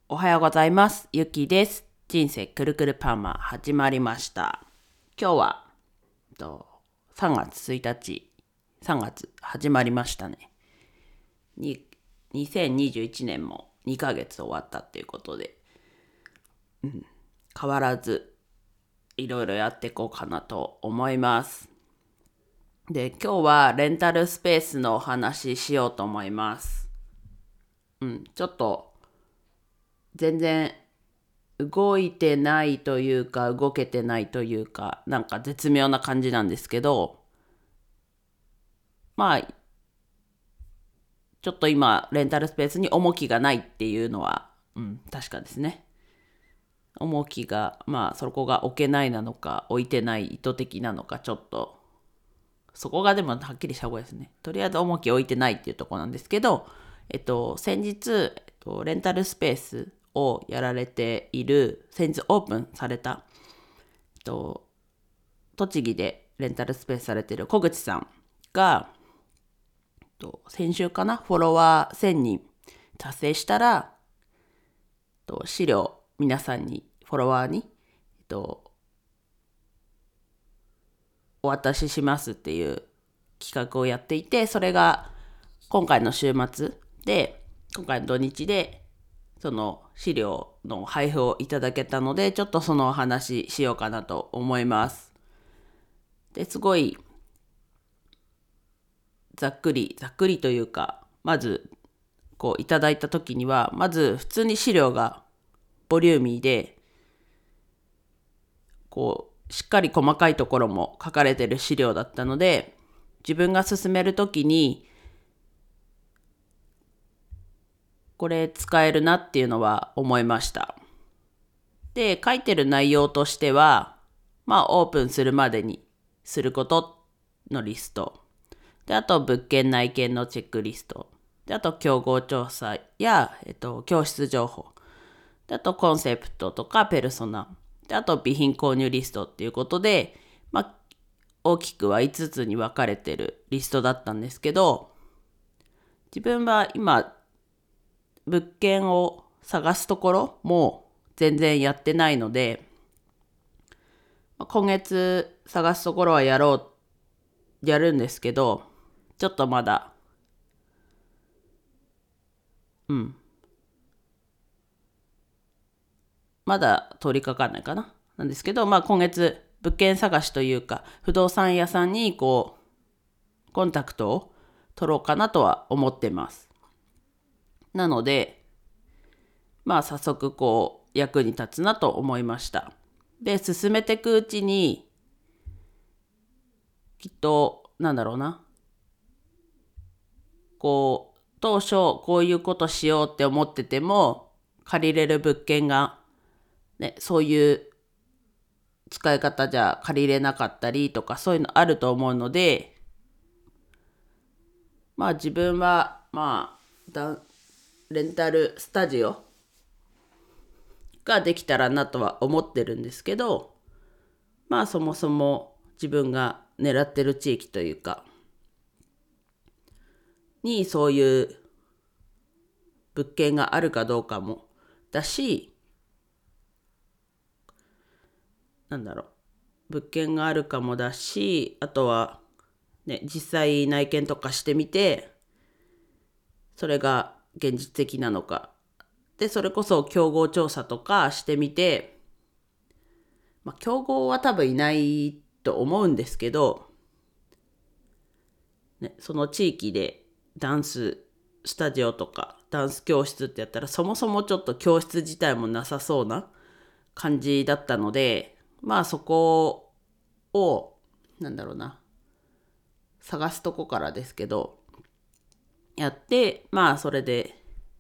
おはようございます。ゆきです。人生くるくるパーマ始まりました。今日は3月1日、3月始まりましたね。2021年も2ヶ月終わったっていうことで、変わらずいろいろやっていこうかなと思います。で、今日はレンタルスペースのお話ししようと思います。ちょっと全然動いてないというか動けてないというかなんか絶妙な感じなんですけど、ちょっと今レンタルスペースに重きがないっていうのは確かですね。重きがそこが置けないなのか置いてない意図的なのか、ちょっとそこがでもはっきりした方がいいですね。とりあえず重き置いてないっていうところなんですけど、先日、レンタルスペースをやられている、先日オープンされた、栃木でレンタルスペースされている小口さんが、先週かな、フォロワー1000人達成したら、資料皆さんに、フォロワーに、お渡ししますっていう企画をやっていて、それが今回の週末で、今回の土日で、その資料の配布をいただけたので、ちょっとそのお話しようかなと思います。ですごいざっくりというか、まずこういただいた時には、まず普通に資料がボリューミーで、こうしっかり細かいところも書かれてる資料だったので、自分が進める時にこれ使えるなっていうのは思いました。で、書いてる内容としては、オープンするまでにすることのリスト。で、あと物件内見のチェックリスト。で、あと競合調査や、教室情報。で、あとコンセプトとかペルソナ。で、あと備品購入リストっていうことで、大きくは5つに分かれてるリストだったんですけど、自分は今、物件を探すところも全然やってないので、今月探すところはやるんですけど、ちょっとまだ、まだ通りかかんないかな。なんですけど、今月物件探しというか、不動産屋さんにコンタクトを取ろうかなとは思ってます。なので、早速役に立つなと思いました。で、進めていくうちに、きっと、当初こういうことしようって思ってても、借りれる物件が、そういう使い方じゃ借りれなかったりとか、そういうのあると思うので、自分は、レンタルスタジオができたらなとは思ってるんですけど、そもそも自分が狙ってる地域というか、にそういう物件があるかどうかもだし、物件があるかもだし、あとは実際内見とかしてみて、それが現実的なのか。で、それこそ競合調査とかしてみて、競合は多分いないと思うんですけど、その地域でダンススタジオとかダンス教室ってやったら、そもそもちょっと教室自体もなさそうな感じだったので、そこを、探すとこからですけど、やって、それで、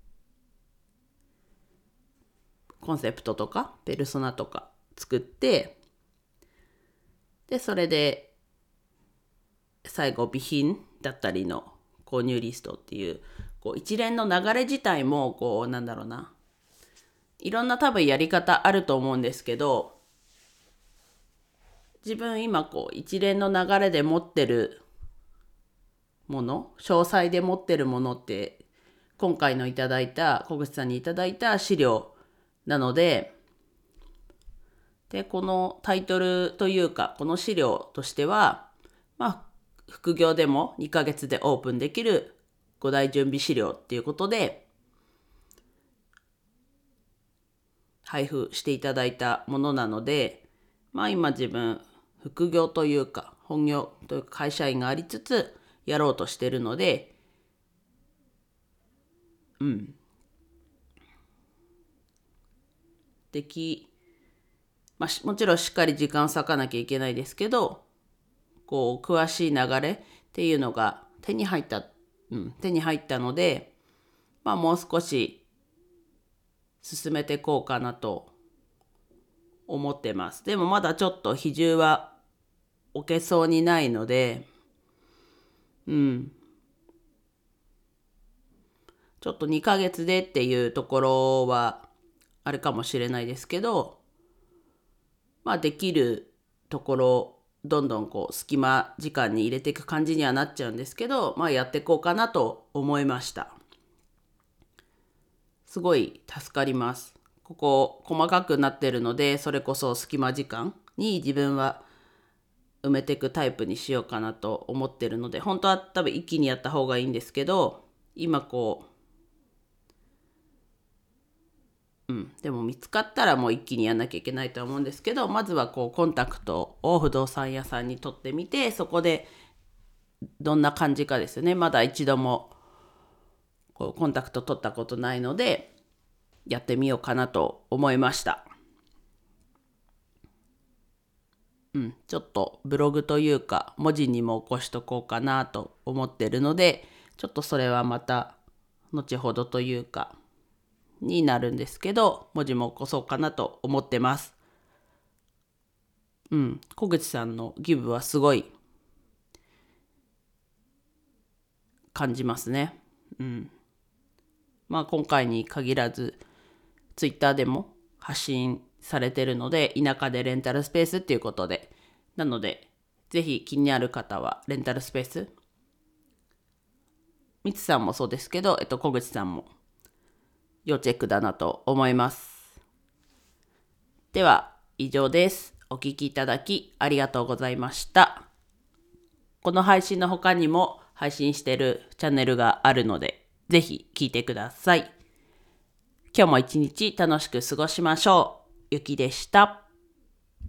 コンセプトとか、ペルソナとか作って、で、それで、最後、備品だったりの購入リストっていう、一連の流れ自体も、いろんな多分やり方あると思うんですけど、自分今一連の流れで持ってるもの、詳細で持ってるものって、今回の小口さんにいただいた資料なので、このタイトルというか、この資料としては、副業でも2ヶ月でオープンできる5大準備資料っていうことで、配布していただいたものなので、今自分、副業というか、本業というか会社員がありつつ、やろうとしてるので、もちろんしっかり時間を割かなきゃいけないですけど、詳しい流れっていうのが手に入ったので、もう少し進めていこうかなと思ってます。でもまだちょっと比重は置けそうにないので、ちょっと2ヶ月でっていうところはあれかもしれないですけど、できるところどんどん隙間時間に入れていく感じにはなっちゃうんですけど、やっていこうかなと思いました。すごい助かります。ここ細かくなってるので、それこそ隙間時間に自分は埋めていくタイプにしようかなと思ってるので、本当は多分一気にやった方がいいんですけど、今でも見つかったらもう一気にやんなきゃいけないとは思うんですけど、まずはコンタクトを不動産屋さんに取ってみて、そこでどんな感じかですよね。まだ一度もコンタクト取ったことないので、やってみようかなと思いました。ちょっとブログというか文字にも起こしとこうかなと思ってるので、ちょっとそれはまた後ほどというかになるんですけど、文字も起こそうかなと思ってます。小口さんのギブはすごい感じますね。今回に限らずツイッターでも発信されてるので、田舎でレンタルスペースっていうことで、なのでぜひ気になる方はレンタルスペース、みつさんもそうですけど、小口さんも要チェックだなと思います。では以上です。お聞きいただきありがとうございました。この配信の他にも配信しているチャンネルがあるので、ぜひ聞いてください。今日も一日楽しく過ごしましょう。ゆきでした。